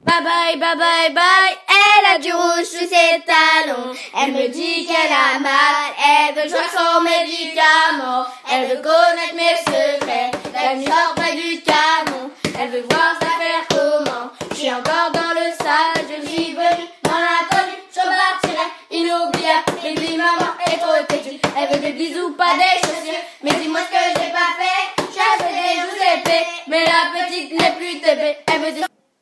Bye bye, bye bye, bye. Elle a du rouge sous ses talons. Elle me dit qu'elle a mal. Elle veut jouer son médicament. Elle veut connaître mes secrets. La nuit sort près du canon. Elle veut voir ça faire comment. Je suis encore dans le sale. Je suis venue dans l'inconnu. Je partirai inoubliable. Baby, maman est trop têtue. Elle veut des bisous, pas des chaussures. Mais dis-moi ce que j'ai pas fait. J'ai fait des joues épées. Mais la petite n'est plus tépée. Elle veut des...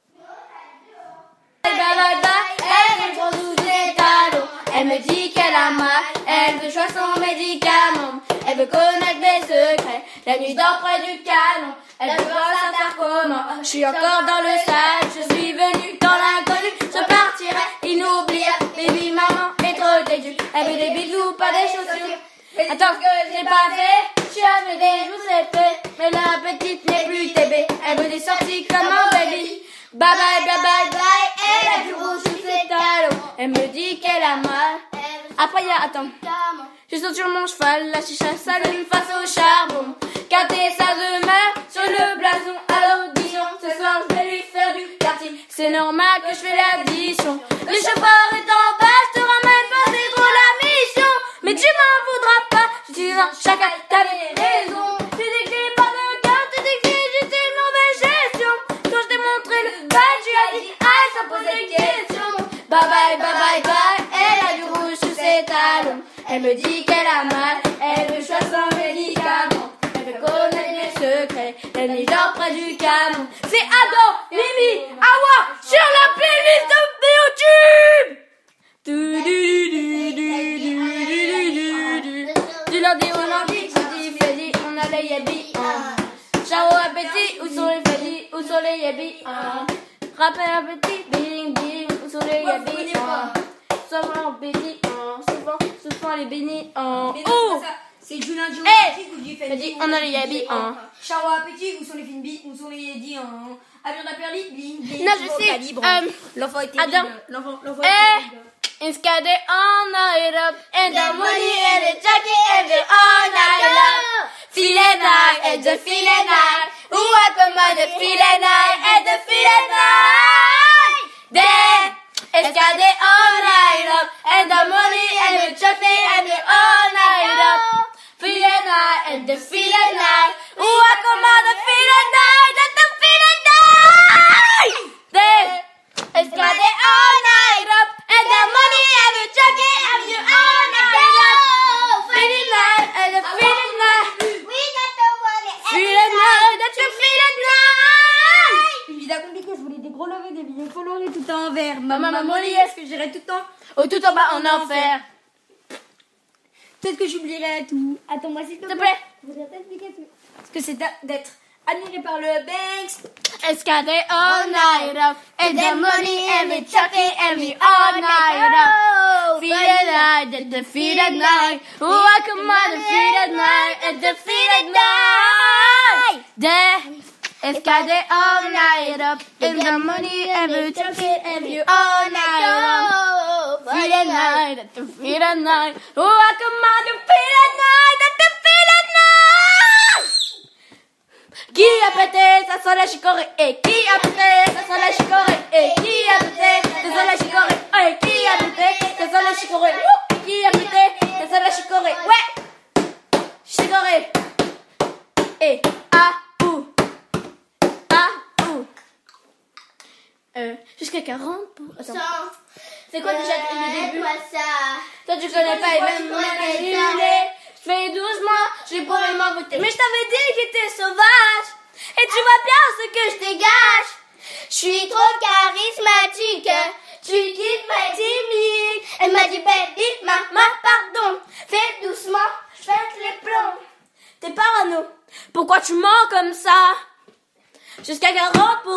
Elle est trop sous ses talons. Elle me dit qu'elle a mal. Elle veut choisir son médicament. Elle veut connaître mes secrets. La nuit dort près du canon. Elle veut voir ça faire comment. Je suis encore dans le sale. Je suis venue dans l'inconnu. Je partirai inoubliable. Baby, maman est trop têtue. Elle veut des bisous, pas des chaussures. Attends, ce que j'ai pas fait. Je suis avec des joues épées. Mais la petite n'est plus tébé. Elle veut des sorties comme un baby. Bye bye, bye bye, bye. Elle a du rouge sous ses talons. Elle me dit qu'elle a mal. Après, attends. Je saute sur mon cheval. La chicha s'allume face au charbon. Caté, ça demeure sur le blason. Alors disons, ce soir je vais lui faire du karting. C'est normal que je fais l'addition. Le chauffeur est en bas, je te ramène pas, c'est trop la mission. Mais tu m'en voudras pas. Je suis un chacun, t'avais raison. Tu dis que j'ai pas de cœur, tu dis que j'ai juste une mauvaise gestion. Quand je t'ai montré le bail, tu as dit, ah, ça pose des questions. Bye bye, bye bye, bye. Elle a du rouge sous ses talons. Elle me dit qu'elle a mal. Elle veut choisir son médicament. Elle veut connaître mes secrets. Elle nuit dort près du canon. C'est Adam, Mimi, Awa sur la playlist de YouTube. Du lundi au lundi, jeudi, jeudi, on a les yabis. Ciao appétit, où sont les fadis, où sont les yabis? Rappel appétit, bing bing, où sont les yabis? Souvent appétit, souvent les bénis. Oh! C'est du lundi au Hey! ou du Dit, on a les yabis. Ciao appétit, où sont les finbis, où sont les yedis? Avion d'apperli, bling bling. Non, je sais. L'enfant était Adam. libre. L'enfant Eh! It's got it all night up, and the money and the jacket and the all night up. Feeling night and the feeling night. Ooh, I come on the feeling night and the feeling night. Then it's got it all night up, and the money and the jacket and the all night up. Feeling night and the feeling night. Ooh, I come on the feeling night and the feeling night. Then it's got it all night up, and the money and the jacket and the all night up. Feeling night and the feeling night. Feeling night that you feeling night. Une vida compliquée, je voulais des gros levés, des vidéos colorées tout en vert. Maman, Molly, est-ce que j'irai tout en haut, tout en bas en enfer? Peut-être que j'oublierai tout. Attends-moi s'il te S'il te plaît. Je voudrais t'expliquer tout. Parce que c'est d'être admiré par le Banks. It's got it all night up, and the money and the jacket and the all night up. Feeling night and the feeling night. Ooh, I come on the feeling night and the feeling night. There. It's got it all night up, and the money and the jacket and the all night up. Feeling night and the feeling night. Ooh, I come on the feeling night and the feeling night. Qui a pété, ça sent la chicorée. Et qui a pété, ça sent la chicorée. Et qui a pété, ça sent la chicorée. Et qui a pété, ça sent la chicorée. Qui a pété, ça sent la chicorée. Ouais, chicorée. Et ou. Jusqu'à 40 pour... Attends. C'est quoi déjà le début? Toi tu connais pas, il va me manipuler. Je fais 12 mois, j'ai pour m'envoûter. Mais je t'avais dit qu'il était sauvage. Et tu vois bien ce que je dégage. Je suis trop charismatique. Tu quittes ma timide. Elle m'a dit baby, maman, pardon. Fais doucement, je pète les plombs. T'es parano. Pourquoi tu mens comme ça? Jusqu'à 40%.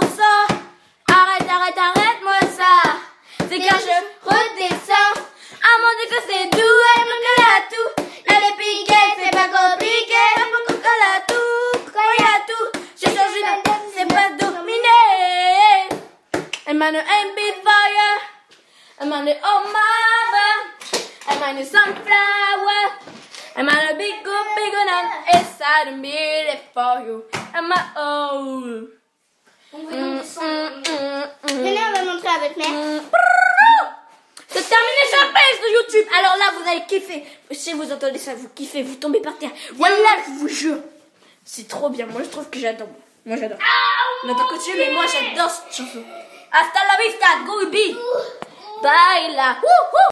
Arrête-moi ça. C'est quand je redescends. Ah mon Dieu que c'est doux, elle me colle à tout. Elle est piquée, c'est pas compliqué. Elle me colle à tout, quand il y a tout. Je change une tête, c'est pas dominé. I'm on the fire. I'm on the oh mama. I'm on the sunflower. I'm on a big one inside a million for you. I'm my own. On va dans le sang. votre mère. C'est terminé sur la page de YouTube. Alors là, vous allez kiffer. Si vous entendez ça, vous kiffez, vous tombez par terre. Voilà, je vous jure. C'est trop bien. Moi, je trouve que j'adore. Moi, j'adore. On entend que tu, mais moi, j'adore cette chanson. Hasta la vista, go be. Bye là.